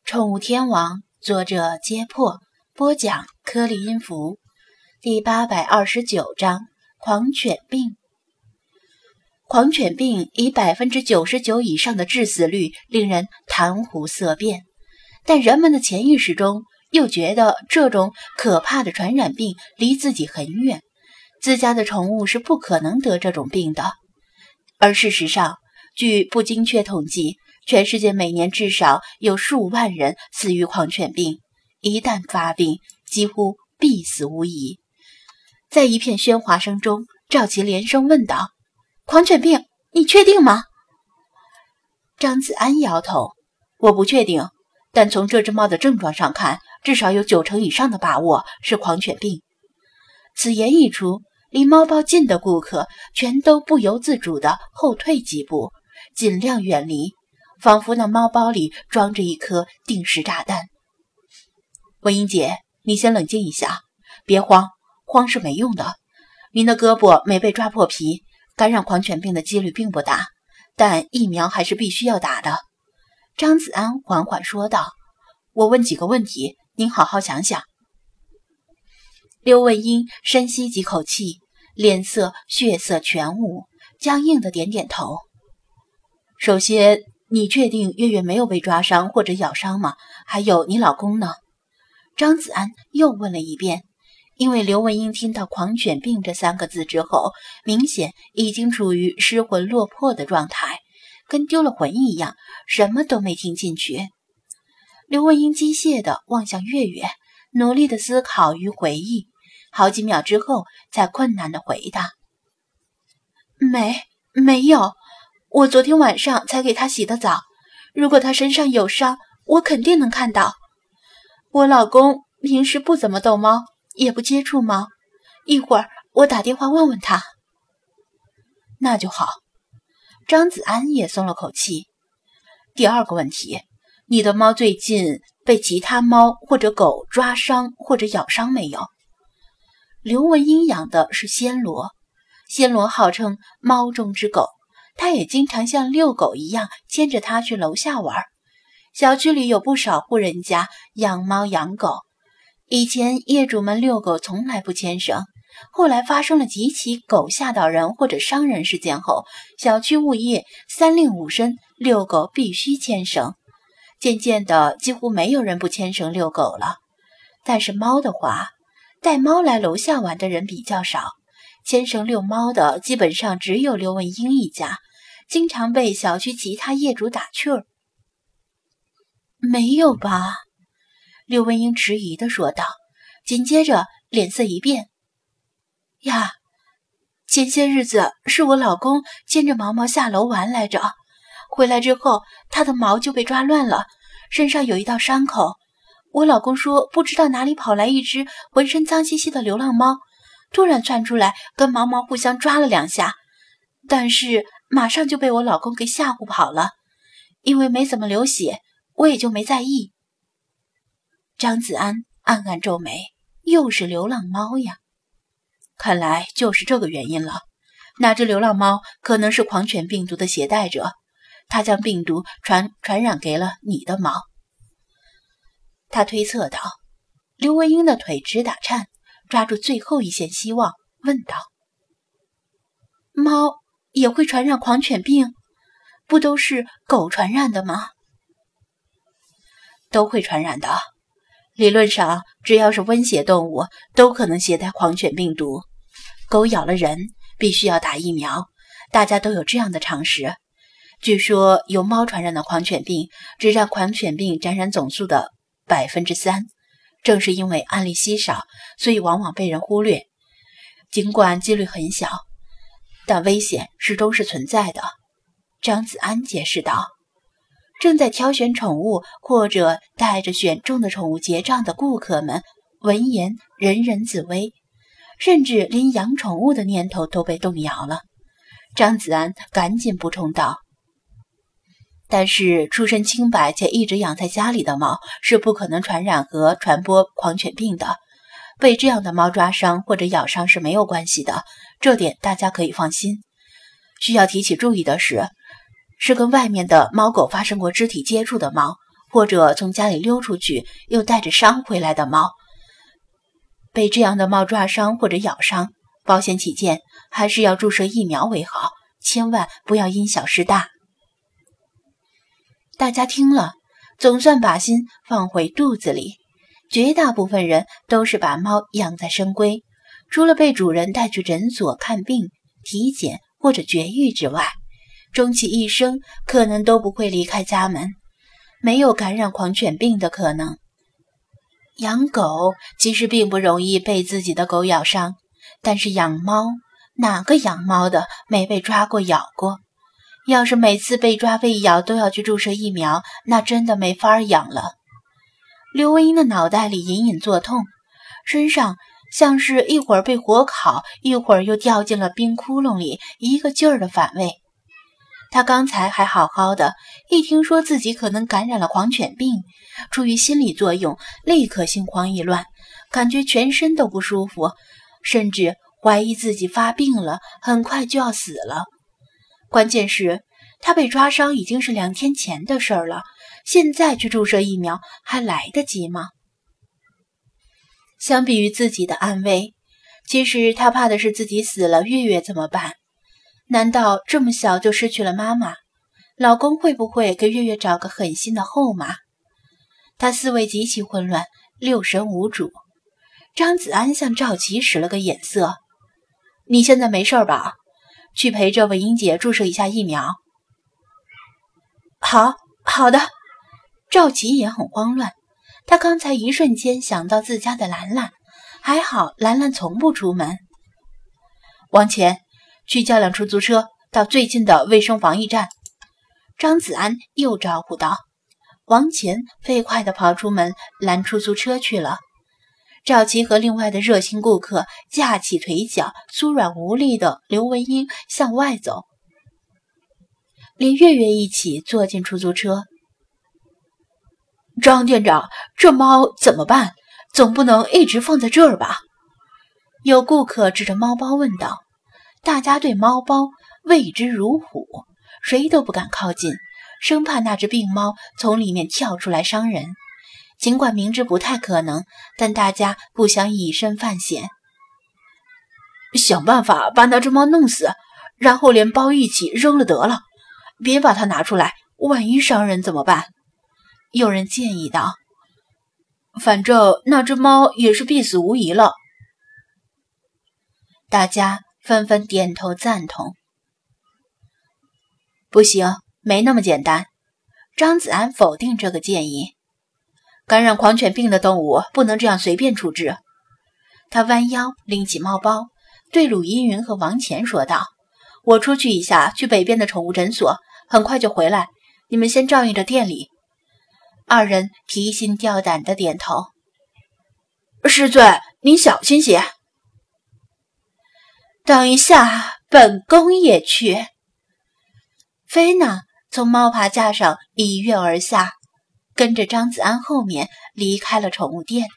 宠物天王，作者揭破，播讲颗粒音符，第829章狂犬病。狂犬病以99%以上的致死率令人谈虎色变，但人们的潜意识中又觉得这种可怕的传染病离自己很远，自家的宠物是不可能得这种病的。而事实上，据不精确统计，全世界每年至少有数万人死于狂犬病，一旦发病，几乎必死无疑。在一片喧哗声中，赵琪连声问道：“狂犬病，你确定吗？”张子安摇头：“我不确定，但从这只猫的症状上看，至少有90%以上的把握是狂犬病。”此言一出，离猫包近的顾客全都不由自主地后退几步，尽量远离，仿佛那猫包里装着一颗定时炸弹。文英姐，你先冷静一下，别慌，慌是没用的。您的胳膊没被抓破皮，感染狂犬病的几率并不大，但疫苗还是必须要打的。张子安缓缓说道：“我问几个问题，您好好想想。”刘文英深吸几口气，脸色血色全无，僵硬的点点头。首先，你确定月月没有被抓伤或者咬伤吗？还有你老公呢？张子安又问了一遍，因为刘文英听到狂犬病这3个字之后，明显已经处于失魂落魄的状态，跟丢了魂一样，什么都没听进去。刘文英机械地望向月月，努力地思考与回忆，好几秒之后才困难地回答：“没有，我昨天晚上才给他洗的澡，如果他身上有伤，我肯定能看到。我老公平时不怎么逗猫，也不接触猫，一会儿我打电话问问他。”那就好。张子安也松了口气。第2个问题，你的猫最近被其他猫或者狗抓伤或者咬伤没有？刘文英养的是暹罗，暹罗号称猫中之狗，他也经常像遛狗一样牵着它去楼下玩。小区里有不少户人家养猫养狗，以前业主们遛狗从来不牵绳，后来发生了几起狗吓到人或者伤人事件后，小区物业3令5申遛狗必须牵绳，渐渐的几乎没有人不牵绳遛狗了。但是猫的话，带猫来楼下玩的人比较少，牵绳遛猫的基本上只有刘文英一家，经常被小区其他业主打趣儿。没有吧？刘文英迟疑地说道，紧接着脸色一变：“呀，前些日子是我老公牵着毛毛下楼玩来着，回来之后他的毛就被抓乱了，身上有一道伤口。我老公说不知道哪里跑来一只浑身脏兮兮的流浪猫，突然窜出来跟毛毛互相抓了2下，但是马上就被我老公给吓唬跑了，因为没怎么流血，我也就没在意。”张子安暗暗皱眉，又是流浪猫呀，看来就是这个原因了。那只流浪猫可能是狂犬病毒的携带者，它将病毒传染给了你的猫。他推测道。刘文英的腿直打颤，抓住最后一线希望，问道：“猫也会传染狂犬病？不都是狗传染的吗？”都会传染的。理论上，只要是温血动物，都可能携带狂犬病毒。狗咬了人，必须要打疫苗，大家都有这样的常识。据说由猫传染的狂犬病，只占狂犬病感染总数的3%。正是因为案例稀少，所以往往被人忽略。尽管几率很小，但危险始终是存在的。张子安解释道。正在挑选宠物或者带着选中的宠物结账的顾客们闻言人人自危，甚至连养宠物的念头都被动摇了。张子安赶紧补充道：“但是出身清白且一直养在家里的猫是不可能传染和传播狂犬病的，被这样的猫抓伤或者咬伤是没有关系的，这点大家可以放心。需要提起注意的是跟外面的猫狗发生过肢体接触的猫， 或者从家里溜出去又带着伤回来的猫。被这样的猫抓伤或者咬伤，保险起见，还是要注射疫苗为好，千万不要因小失大。大家听了，总算把心放回肚子里。绝大部分人都是把猫养在深闺，除了被主人带去诊所看病、体检或者绝育之外，终其一生可能都不会离开家门，没有感染狂犬病的可能。养狗其实并不容易被自己的狗咬伤，但是养猫，哪个养猫的没被抓过咬过？要是每次被抓被咬都要去注射疫苗，那真的没法养了。刘文英的脑袋里隐隐作痛，身上像是一会儿被火烤，一会儿又掉进了冰窟窿里，一个劲儿的反胃。他刚才还好好的，一听说自己可能感染了狂犬病，出于心理作用，立刻心慌意乱，感觉全身都不舒服，甚至怀疑自己发病了，很快就要死了。关键是他被抓伤已经是2天前的事儿了，现在去注射疫苗还来得及吗？相比于自己的安危，其实他怕的是自己死了，月月怎么办？难道这么小就失去了妈妈？老公会不会给月月找个狠心的后妈？他思维极其混乱，六神无主。张子安向赵琪使了个眼色：“你现在没事吧？去陪着文英姐注射一下疫苗。”好的。赵琪也很慌乱，他刚才一瞬间想到自家的兰兰，还好兰兰从不出门。往前去叫辆出租车到最近的卫生防疫站。张子安又招呼道。王乾飞快地跑出门拦出租车去了。赵琪和另外的热心顾客架起腿脚，酥软无力的刘文英向外走，连月月一起坐进出租车。张店长，这猫怎么办？总不能一直放在这儿吧？有顾客指着猫包问道。大家对猫包畏之如虎，谁都不敢靠近，生怕那只病猫从里面跳出来伤人。尽管明知不太可能，但大家不想以身犯险。想办法把那只猫弄死，然后连包一起扔了得了，别把它拿出来，万一伤人怎么办？有人建议道。反正那只猫也是必死无疑了。大家纷纷点头赞同。不行，没那么简单。张子安否定这个建议。感染狂犬病的动物不能这样随便处置。他弯腰拎起猫包，对鲁依云和王乾说道：“我出去一下，去北边的宠物诊所，很快就回来，你们先照应着店里。”二人提心吊胆地点头。师尊，您小心些。等一下，本宫也去。菲娜从猫爬架上一跃而下，跟着张子安后面离开了宠物店。